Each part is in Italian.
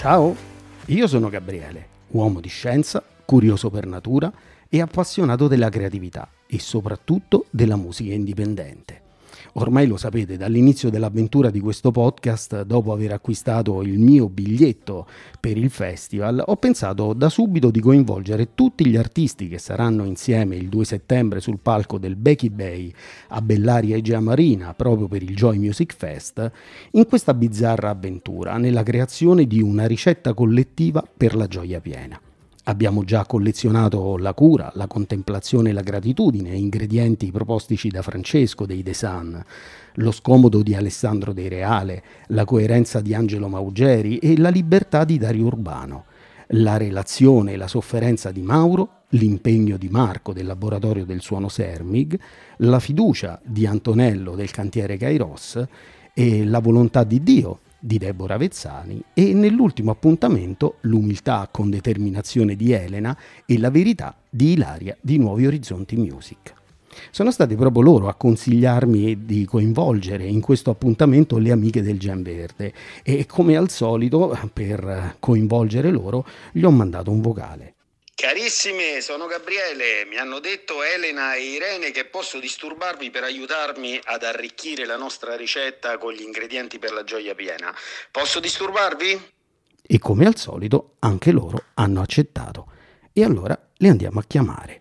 Ciao, io sono Gabriele, uomo di scienza, curioso per natura e appassionato della creatività e soprattutto della musica indipendente. Ormai lo sapete, dall'inizio dell'avventura di questo podcast, dopo aver acquistato il mio biglietto per il festival, ho pensato da subito di coinvolgere tutti gli artisti che saranno insieme il 2 settembre sul palco del Becky Bay a Bellaria Egea Marina, proprio per il Joy Music Fest, in questa bizzarra avventura nella creazione di una ricetta collettiva per la gioia piena. Abbiamo già collezionato la cura, la contemplazione e la gratitudine, ingredienti propostici da Francesco dei The Sun, lo scomodo di Alessandro De Reale, la coerenza di Angelo Maugeri e la libertà di Dario Urbano, la relazione e la sofferenza di Mauro, l'impegno di Marco del laboratorio del suono Sermig, la fiducia di Antonello del cantiere Kairos e la volontà di Dio di Deborah Vezzani e nell'ultimo appuntamento l'umiltà con determinazione di Elena e la verità di Ilaria di Nuovi Orizzonti Music. Sono state proprio loro a consigliarmi di coinvolgere in questo appuntamento le amiche del Gen Verde e come al solito per coinvolgere loro gli ho mandato un vocale. Carissime, sono Gabriele, mi hanno detto Elena e Irene che posso disturbarvi per aiutarmi ad arricchire la nostra ricetta con gli ingredienti per la gioia piena. Posso disturbarvi? E come al solito anche loro hanno accettato. E allora le andiamo a chiamare.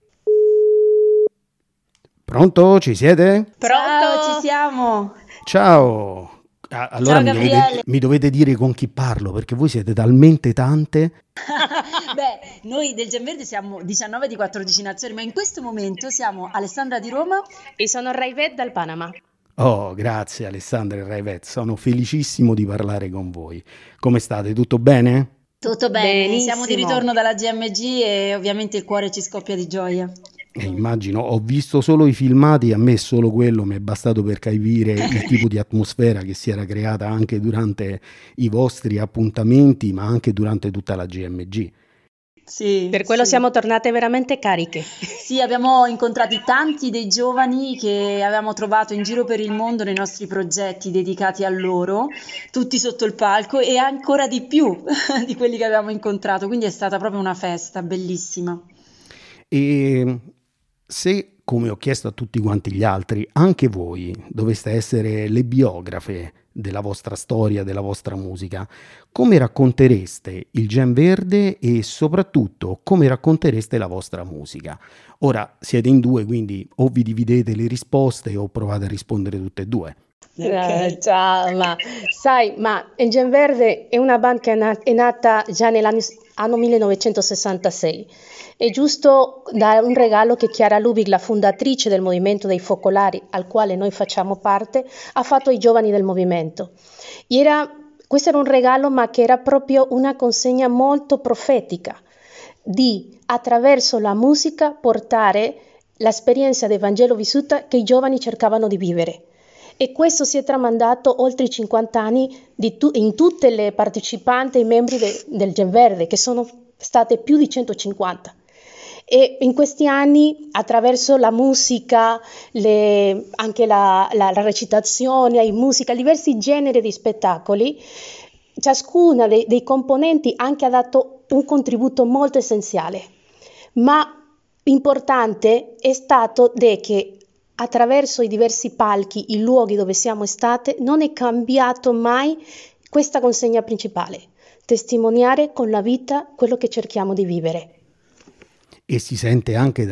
Pronto? Ci siete? Pronto? Ciao, ci siamo. Ciao! Allora Ciao, mi dovete dire con chi parlo, perché voi siete talmente tante. Beh, noi del Gen Verde siamo 19 di 14 nazioni, ma in questo momento siamo Alessandra di Roma E sono Raivet dal Panama. Oh, grazie Alessandra e Raivet, sono felicissimo di parlare con voi. Come state? Tutto bene? Tutto bene, Benissimo. siamo di ritorno dalla GMG e ovviamente il cuore ci scoppia di gioia. Immagino, ho visto solo i filmati, a me solo quello mi è bastato per capire il tipo di atmosfera che si era creata anche durante i vostri appuntamenti, ma anche durante tutta la GMG. Sì, Per quello sì. siamo tornate veramente cariche. Sì, abbiamo incontrato tanti dei giovani che avevamo trovato in giro per il mondo nei nostri progetti dedicati a loro, tutti sotto il palco e ancora di più di quelli che avevamo incontrato, quindi è stata proprio una festa bellissima. E se, come ho chiesto a tutti quanti gli altri, anche voi doveste essere le biografe della vostra storia, della vostra musica, come raccontereste il Gen Verde e soprattutto come raccontereste la vostra musica? Ora siete in due, quindi o vi dividete le risposte o provate a rispondere tutte e due. Ciao, ma il Gen Verde è una band che è nata già nell'anno 1966. È giusto dare un regalo che Chiara Lubich, la fondatrice del Movimento dei Focolari, al quale noi facciamo parte, ha fatto ai giovani del movimento. Questo era un regalo, ma che era proprio una consegna molto profetica, di attraverso la musica portare l'esperienza del Vangelo vissuta che i giovani cercavano di vivere. E questo si è tramandato oltre i 50 anni in tutte le partecipanti e i membri del Gen Verde, che sono state più di 150. E in questi anni, attraverso la musica, anche la recitazione, la musica, diversi generi di spettacoli, ciascuna dei componenti anche ha dato un contributo molto essenziale. Ma importante è stato che attraverso i diversi palchi, i luoghi dove siamo state, non è cambiato mai questa consegna principale: testimoniare con la vita quello che cerchiamo di vivere. E si sente anche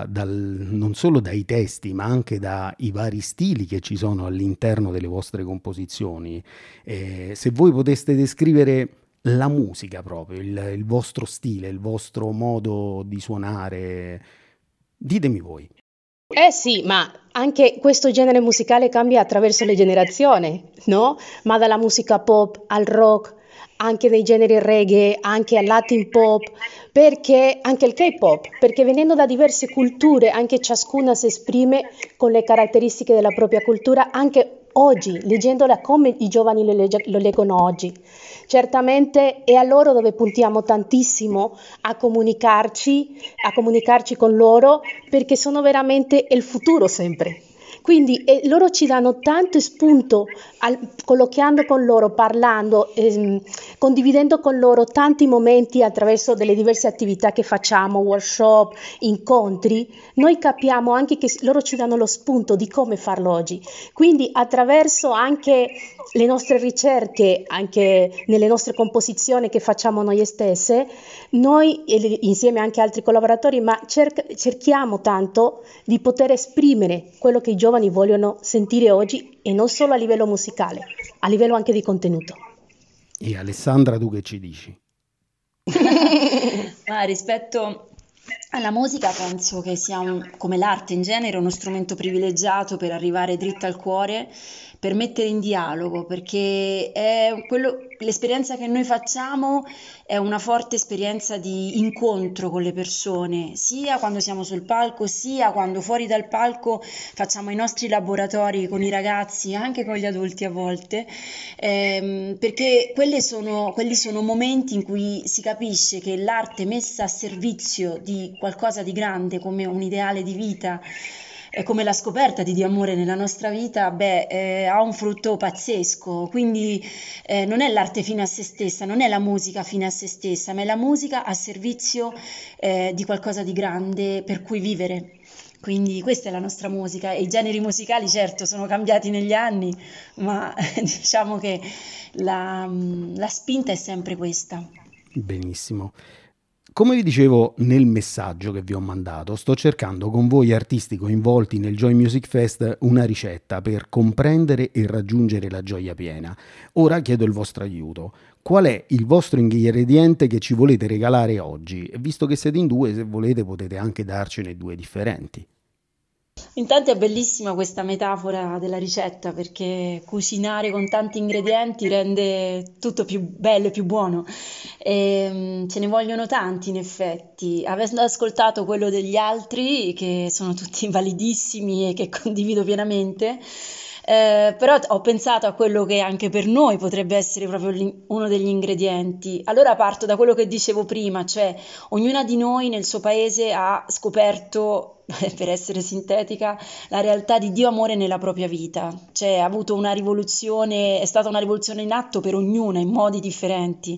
non solo dai testi, ma anche dai vari stili che ci sono all'interno delle vostre composizioni. Se voi poteste descrivere la musica proprio, il vostro stile, il vostro modo di suonare, ditemi voi. Sì, ma anche questo genere musicale cambia attraverso le generazioni, no? Ma dalla musica pop al rock, anche dei generi reggae, anche al Latin pop, perché anche il K-pop, perché venendo da diverse culture, anche ciascuna si esprime con le caratteristiche della propria cultura, anche oggi, leggendola come i giovani lo leggono oggi. Certamente è a loro dove puntiamo tantissimo a comunicarci con loro, perché sono veramente il futuro sempre. Quindi loro ci danno tanto spunto, colloquiando con loro, parlando, condividendo con loro tanti momenti attraverso delle diverse attività che facciamo, workshop, incontri. Noi capiamo anche che loro ci danno lo spunto di come farlo oggi. Quindi attraverso anche le nostre ricerche, anche nelle nostre composizioni che facciamo noi stesse, noi insieme anche a altri collaboratori, ma cerchiamo tanto di poter esprimere quello che i giovani vogliono sentire oggi, e non solo a livello musicale, a livello anche di contenuto. E Alessandra, tu che ci dici? Ma rispetto alla musica penso che sia come l'arte in genere, uno strumento privilegiato per arrivare dritto al cuore, per mettere in dialogo, perché l'esperienza che noi facciamo è una forte esperienza di incontro con le persone, sia quando siamo sul palco, sia quando fuori dal palco facciamo i nostri laboratori con i ragazzi, anche con gli adulti a volte, perché quelli sono momenti in cui si capisce che l'arte messa a servizio di qualcosa di grande come un ideale di vita, come la scoperta di Dio amore nella nostra vita, ha un frutto pazzesco. Quindi non è l'arte fine a se stessa, non è la musica fine a se stessa, ma è la musica a servizio di qualcosa di grande per cui vivere. Quindi questa è la nostra musica, e i generi musicali certo sono cambiati negli anni, ma diciamo che la spinta è sempre questa. Benissimo. Come vi dicevo nel messaggio che vi ho mandato, sto cercando con voi artisti coinvolti nel Joy Music Fest una ricetta per comprendere e raggiungere la gioia piena. Ora chiedo il vostro aiuto. Qual è il vostro ingrediente che ci volete regalare oggi? E visto che siete in due, se volete potete anche darcene due differenti. Intanto è bellissima questa metafora della ricetta, perché cucinare con tanti ingredienti rende tutto più bello e più buono. Ce ne vogliono tanti in effetti. Avendo ascoltato quello degli altri, che sono tutti validissimi e che condivido pienamente, però ho pensato a quello che anche per noi potrebbe essere proprio uno degli ingredienti. Allora parto da quello che dicevo prima, cioè ognuna di noi nel suo paese ha scoperto, per essere sintetica, la realtà di Dio amore nella propria vita, cioè ha avuto una rivoluzione, è stata una rivoluzione in atto per ognuna in modi differenti,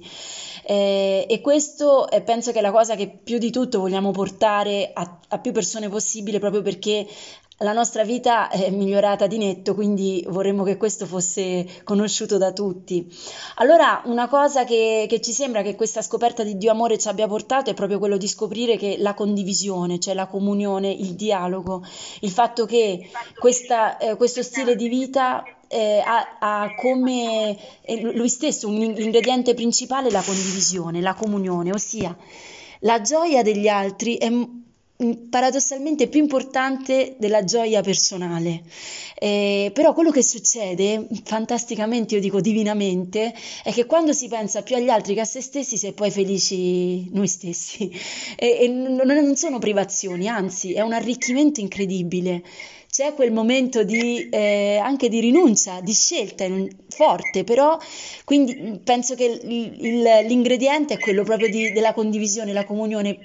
e questo penso che è la cosa che più di tutto vogliamo portare a più persone possibile, proprio perché la nostra vita è migliorata di netto, quindi vorremmo che questo fosse conosciuto da tutti. Allora, una cosa che ci sembra che questa scoperta di Dio amore ci abbia portato è proprio quello di scoprire che la condivisione, cioè la comunione, il dialogo, il fatto che questo stile di vita ha come lui stesso un ingrediente principale la condivisione, la comunione, ossia la gioia degli altri è paradossalmente più importante della gioia personale. Però quello che succede fantasticamente, io dico divinamente, è che quando si pensa più agli altri che a se stessi si è poi felici noi stessi, e non sono privazioni, anzi è un arricchimento incredibile. C'è quel momento anche di rinuncia, di scelta forte, però quindi penso che l'ingrediente è quello proprio della condivisione, la comunione.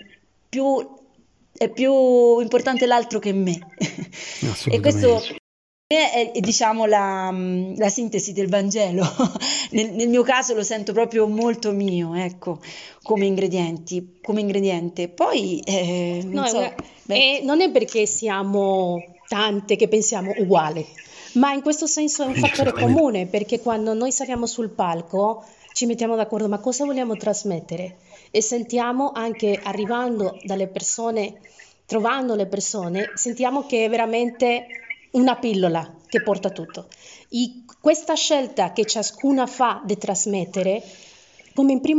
È più importante l'altro che me. E questo è diciamo la sintesi del Vangelo. Nel mio caso lo sento proprio molto mio, ecco, come ingrediente. Poi non so, non è perché siamo tante che pensiamo uguale, ma in questo senso è un fattore comune, perché quando noi saliamo sul palco ci mettiamo d'accordo, ma cosa vogliamo trasmettere? E sentiamo anche arrivando dalle persone, trovando le persone, sentiamo che è veramente una pillola che porta tutto. Questa scelta che ciascuna fa di trasmettere, come in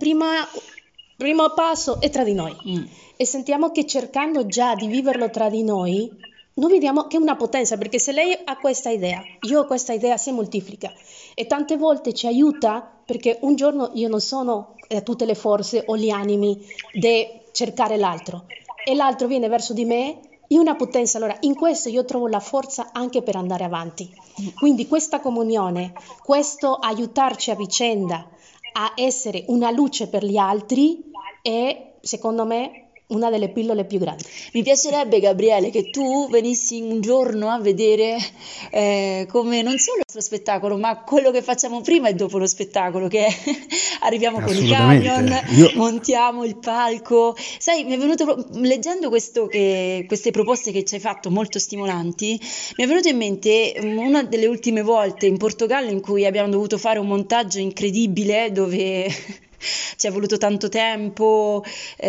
primo passo, è tra di noi. E sentiamo che cercando già di viverlo tra di noi, noi vediamo che è una potenza, perché se lei ha questa idea, io ho questa idea, si moltiplica. E tante volte ci aiuta, perché un giorno io non sono a tutte le forze o gli animi di cercare l'altro, e l'altro viene verso di me, è una potenza. Allora in questo io trovo la forza anche per andare avanti. Quindi questa comunione, questo aiutarci a vicenda a essere una luce per gli altri, è secondo me una delle pillole più grandi. Mi piacerebbe, Gabriele, che tu venissi un giorno a vedere come non solo il nostro spettacolo, ma quello che facciamo prima e dopo lo spettacolo, che arriviamo con i camion, montiamo il palco. Sai, mi è venuto, leggendo queste proposte che ci hai fatto, molto stimolanti, mi è venuto in mente una delle ultime volte in Portogallo in cui abbiamo dovuto fare un montaggio incredibile, dove ci è voluto tanto tempo,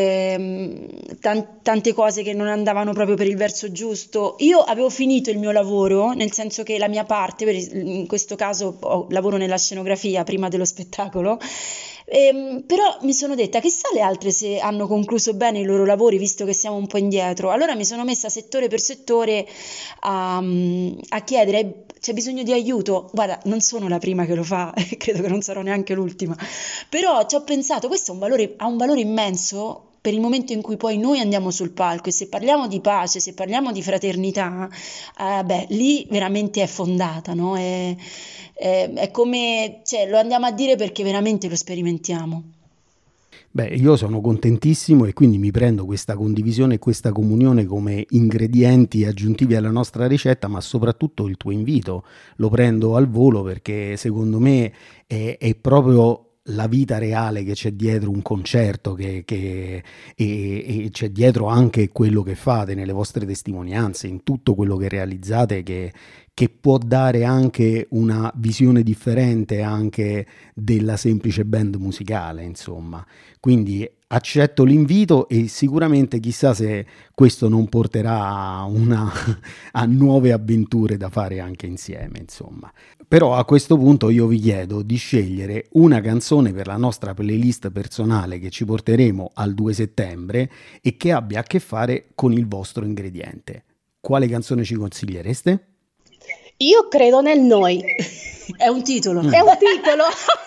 tante cose che non andavano proprio per il verso giusto. Io avevo finito il mio lavoro, nel senso che la mia parte, in questo caso lavoro nella scenografia prima dello spettacolo, però mi sono detta, chissà le altre se hanno concluso bene i loro lavori, visto che siamo un po' indietro. Allora mi sono messa settore per settore a chiedere: c'è bisogno di aiuto? Guarda, non sono la prima che lo fa, credo che non sarò neanche l'ultima, però ci ho pensato, questo ha un valore immenso per il momento in cui poi noi andiamo sul palco, e se parliamo di pace, se parliamo di fraternità, lì veramente è fondata, no? È come, cioè, lo andiamo a dire perché veramente lo sperimentiamo. Beh, io sono contentissimo e quindi mi prendo questa condivisione e questa comunione come ingredienti aggiuntivi alla nostra ricetta, ma soprattutto il tuo invito lo prendo al volo, perché secondo me è proprio la vita reale che c'è dietro un concerto, e c'è dietro anche quello che fate nelle vostre testimonianze, in tutto quello che realizzate, che può dare anche una visione differente anche della semplice band musicale, insomma. Quindi accetto l'invito e sicuramente chissà se questo non porterà a nuove avventure da fare anche insieme, insomma. Però a questo punto io vi chiedo di scegliere una canzone per la nostra playlist personale che ci porteremo al 2 settembre e che abbia a che fare con il vostro ingrediente. Quale canzone ci consigliereste? Io credo nel noi. È un titolo. È un titolo?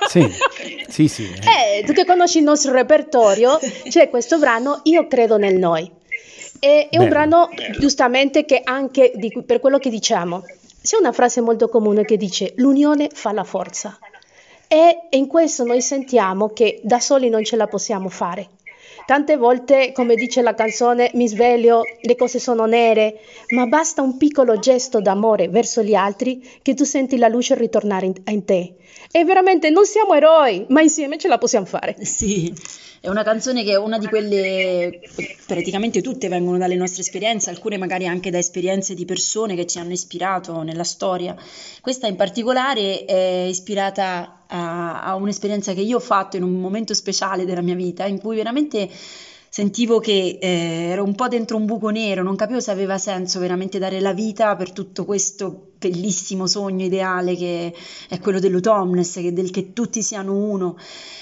Sì. Tu che conosci il nostro repertorio, c'è questo brano, Io credo nel noi. È un brano, giustamente, che anche per quello che diciamo, c'è una frase molto comune che dice: l'unione fa la forza. E in questo noi sentiamo che da soli non ce la possiamo fare. Tante volte, come dice la canzone, mi sveglio, le cose sono nere, ma basta un piccolo gesto d'amore verso gli altri che tu senti la luce ritornare in te. E veramente non siamo eroi, ma insieme ce la possiamo fare. Sì, è una canzone che è una di quelle, praticamente tutte vengono dalle nostre esperienze, alcune magari anche da esperienze di persone che ci hanno ispirato nella storia. Questa in particolare è ispirata a un'esperienza che io ho fatto in un momento speciale della mia vita, in cui veramente sentivo che ero un po' dentro un buco nero, non capivo se aveva senso veramente dare la vita per tutto questo bellissimo sogno ideale che è quello dell'automness, che tutti siano uno.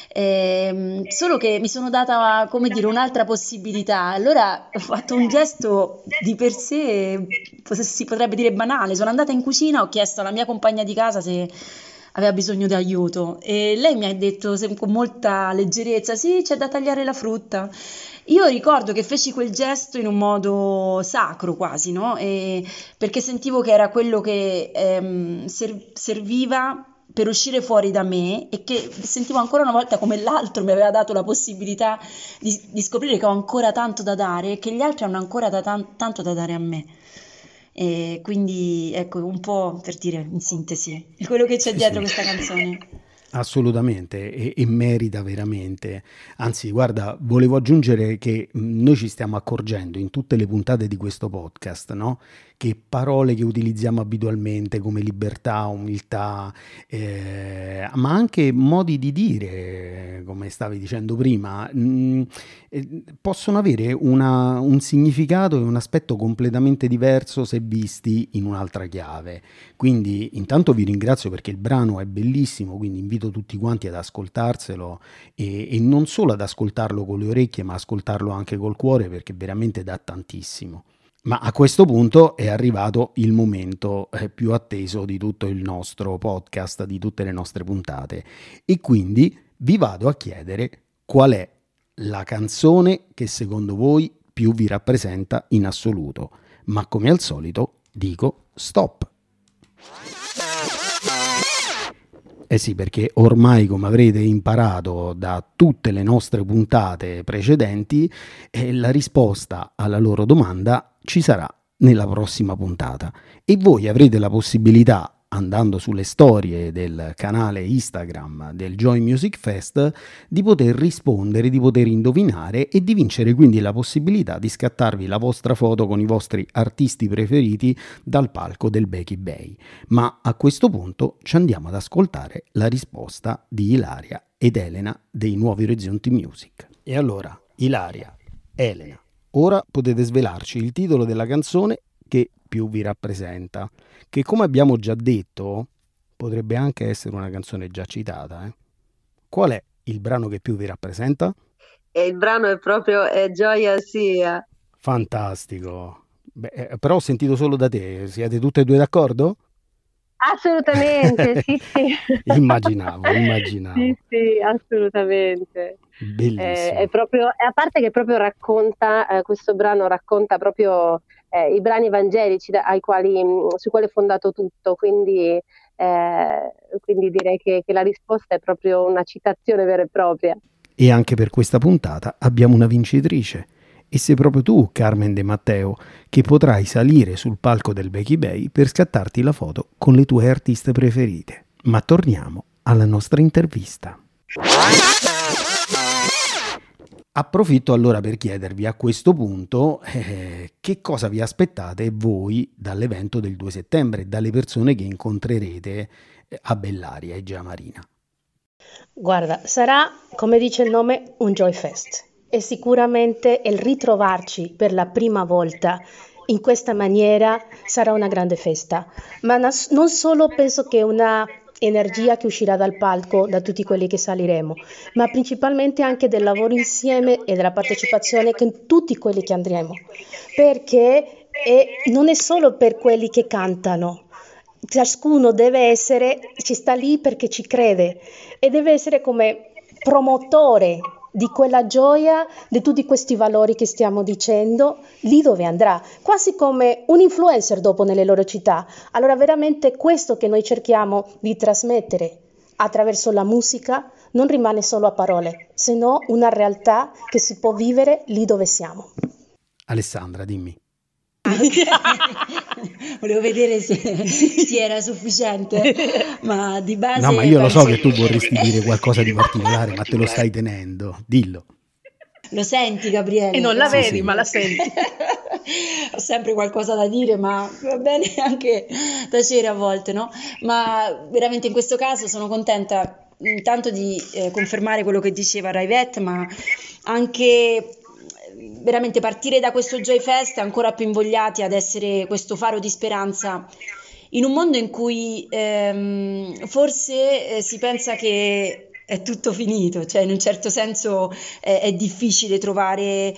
Solo che mi sono data, come dire, un'altra possibilità. Allora ho fatto un gesto di per sé, si potrebbe dire banale. Sono andata in cucina, ho chiesto alla mia compagna di casa se aveva bisogno di aiuto e lei mi ha detto con molta leggerezza: sì, c'è da tagliare la frutta. Io ricordo che feci quel gesto in un modo sacro quasi, no? Perché sentivo che era quello che serviva per uscire fuori da me, e che sentivo ancora una volta come l'altro mi aveva dato la possibilità di scoprire che ho ancora tanto da dare e che gli altri hanno ancora tanto da dare a me. E quindi ecco, un po' per dire in sintesi quello che c'è dietro questa canzone. Assolutamente, e merita veramente. Anzi, guarda, volevo aggiungere che noi ci stiamo accorgendo in tutte le puntate di questo podcast, no? Che parole che utilizziamo abitualmente come libertà, umiltà, ma anche modi di dire, come stavi dicendo prima, possono avere un significato e un aspetto completamente diverso se visti in un'altra chiave. Quindi intanto vi ringrazio perché il brano è bellissimo, quindi invito tutti quanti ad ascoltarselo e non solo ad ascoltarlo con le orecchie, ma ascoltarlo anche col cuore, perché veramente dà tantissimo. Ma a questo punto è arrivato il momento più atteso di tutto il nostro podcast, di tutte le nostre puntate, e quindi vi vado a chiedere qual è la canzone che secondo voi più vi rappresenta in assoluto. Ma come al solito dico stop. Eh sì, perché ormai, come avrete imparato da tutte le nostre puntate precedenti, la risposta alla loro domanda ci sarà nella prossima puntata e voi avrete la possibilità, andando sulle storie del canale Instagram del Joy Music Fest, di poter rispondere, di poter indovinare e di vincere quindi la possibilità di scattarvi la vostra foto con i vostri artisti preferiti dal palco del Becky Bay. Ma a questo punto ci andiamo ad ascoltare la risposta di Ilaria ed Elena dei Nuovi Orizzonti Music. E allora, Ilaria, Elena, ora potete svelarci il titolo della canzone che più vi rappresenta, che come abbiamo già detto potrebbe anche essere una canzone già citata. Qual è il brano che più vi rappresenta? E il brano è proprio Gioia sia. Fantastico. Beh, però ho sentito solo da te, siete tutte e due d'accordo? Assolutamente, sì, sì. Immaginavo. Sì, assolutamente. Bellissimo. È proprio, a parte che proprio racconta, questo brano racconta proprio i brani evangelici sui quali è fondato tutto, quindi direi che la risposta è proprio una citazione vera e propria. E anche per questa puntata abbiamo una vincitrice. E sei proprio tu, Carmen De Matteo, che potrai salire sul palco del Becky Bay per scattarti la foto con le tue artiste preferite. Ma torniamo alla nostra intervista. Approfitto allora per chiedervi a questo punto che cosa vi aspettate voi dall'evento del 2 settembre, dalle persone che incontrerete a Bellaria e Gea Marina. Guarda, sarà, come dice il nome, un Joy Fest e sicuramente il ritrovarci per la prima volta in questa maniera sarà una grande festa, ma non solo penso che una energia che uscirà dal palco da tutti quelli che saliremo, ma principalmente anche del lavoro insieme e della partecipazione con tutti quelli che andremo, perché non è solo per quelli che cantano, ciascuno ci sta lì perché ci crede e deve essere come promotore di quella gioia, di tutti questi valori che stiamo dicendo, lì dove andrà, quasi come un influencer dopo nelle loro città. Allora veramente questo che noi cerchiamo di trasmettere attraverso la musica non rimane solo a parole, se no una realtà che si può vivere lì dove siamo. Alessandra, dimmi. Volevo vedere se era sufficiente, ma di base... No, ma io lo so che tu vorresti dire qualcosa di particolare, ma te lo stai tenendo, dillo. Lo senti, Gabriele? E non la vedi, sì. ma la senti. Ho sempre qualcosa da dire, ma va bene anche tacere a volte, no? Ma veramente in questo caso sono contenta intanto di confermare quello che diceva Raivette, ma anche... veramente partire da questo Joy Fest ancora più invogliati ad essere questo faro di speranza in un mondo in cui forse si pensa che è tutto finito, cioè in un certo senso è difficile trovare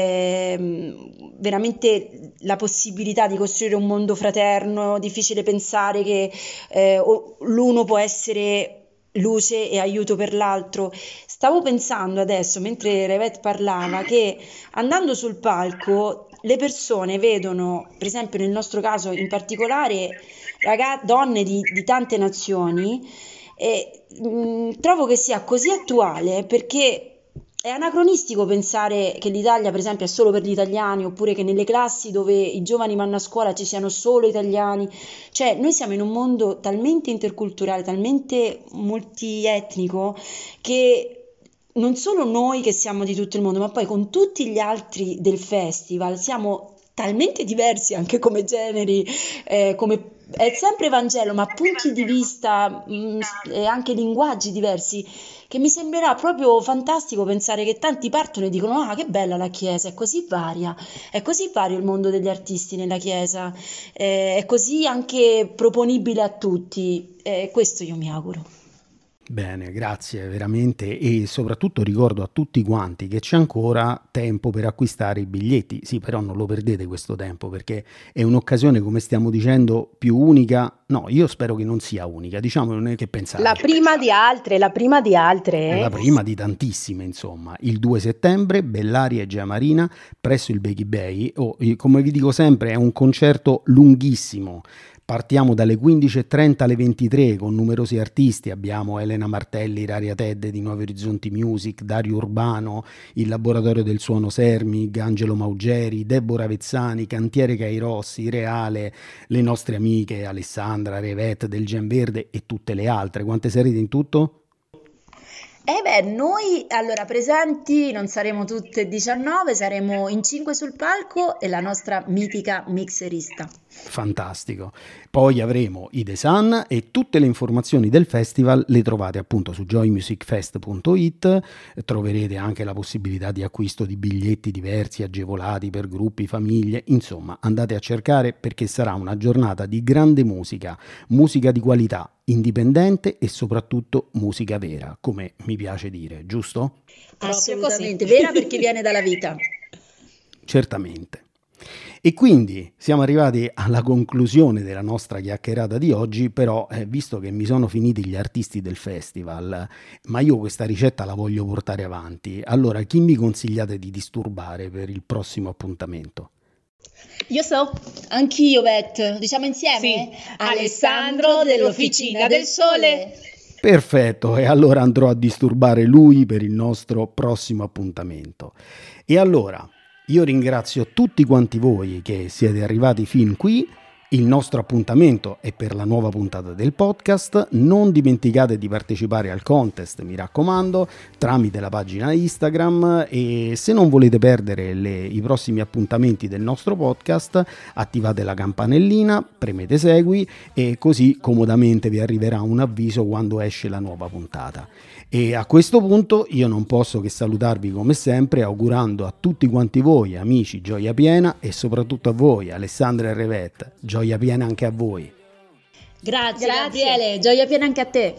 veramente la possibilità di costruire un mondo fraterno, difficile pensare che l'uno può essere luce e aiuto per l'altro. Stavo pensando adesso, mentre Raivette parlava, che andando sul palco le persone vedono, per esempio nel nostro caso in particolare, donne di tante nazioni e trovo che sia così attuale perché è anacronistico pensare che l'Italia, per esempio, è solo per gli italiani, oppure che nelle classi dove i giovani vanno a scuola ci siano solo italiani. Cioè, noi siamo in un mondo talmente interculturale, talmente multietnico, che non solo noi che siamo di tutto il mondo, ma poi con tutti gli altri del festival siamo talmente diversi anche come generi, come è sempre Vangelo, ma punti di vista e anche linguaggi diversi, che mi sembrerà proprio fantastico pensare che tanti partono e dicono: ah, che bella la Chiesa, è così vario il mondo degli artisti nella Chiesa, è così anche proponibile a tutti, questo io mi auguro. Bene, grazie veramente, e soprattutto ricordo a tutti quanti che c'è ancora tempo per acquistare i biglietti. Sì, però non lo perdete questo tempo, perché è un'occasione, come stiamo dicendo, più unica No, io spero che non sia unica, diciamo, non è che pensate. La prima di altre. La prima di tantissime, insomma. Il 2 settembre, Bellaria e Gea Marina, presso il Beghi Bei. Come vi dico sempre, è un concerto lunghissimo. Partiamo dalle 15.30 alle 23 con numerosi artisti, abbiamo Elena Martelli, Raria Ted di Nuovi Orizzonti Music, Dario Urbano, il Laboratorio del Suono Sermig, Angelo Maugeri, Deborah Vezzani, Cantiere Cairossi, Reale, le nostre amiche Alessandra, Revet del Gen Verde e tutte le altre. Quante sarete in tutto? Noi allora presenti non saremo tutte 19, saremo in 5 sul palco e la nostra mitica mixerista. Fantastico. Poi avremo i The Sun e tutte le informazioni del festival le trovate appunto su joymusicfest.it. Troverete anche la possibilità di acquisto di biglietti diversi agevolati per gruppi, famiglie, insomma andate a cercare perché sarà una giornata di grande musica di qualità, indipendente e soprattutto musica vera, come mi piace dire, giusto? Assolutamente, vera perché viene dalla vita. Certamente. E quindi siamo arrivati alla conclusione della nostra chiacchierata di oggi, però visto che mi sono finiti gli artisti del festival, ma io questa ricetta la voglio portare avanti, allora chi mi consigliate di disturbare per il prossimo appuntamento? Io so. Anch'io, Bet. Diciamo insieme? Sì. Alessandro dell'Officina del Sole. Perfetto, e allora andrò a disturbare lui per il nostro prossimo appuntamento. E allora io ringrazio tutti quanti voi che siete arrivati fin qui. Il nostro appuntamento è per la nuova puntata del podcast. Non dimenticate di partecipare al contest, mi raccomando, tramite la pagina Instagram, e se non volete perdere i prossimi appuntamenti del nostro podcast, attivate la campanellina, premete segui e così comodamente vi arriverà un avviso quando esce la nuova puntata. E a questo punto io non posso che salutarvi come sempre augurando a tutti quanti voi amici gioia piena e soprattutto a voi Alessandra e Revet, gioia piena anche a voi. Grazie. Gabriele, gioia piena anche a te.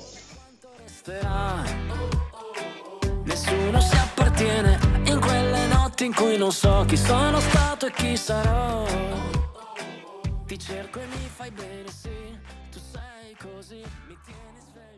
Nessuno si appartiene in quelle notti in cui non so chi sono stato e chi sarò. Ti cerco e mi fai bene, sì, tu sei così, mi tieni sveglio.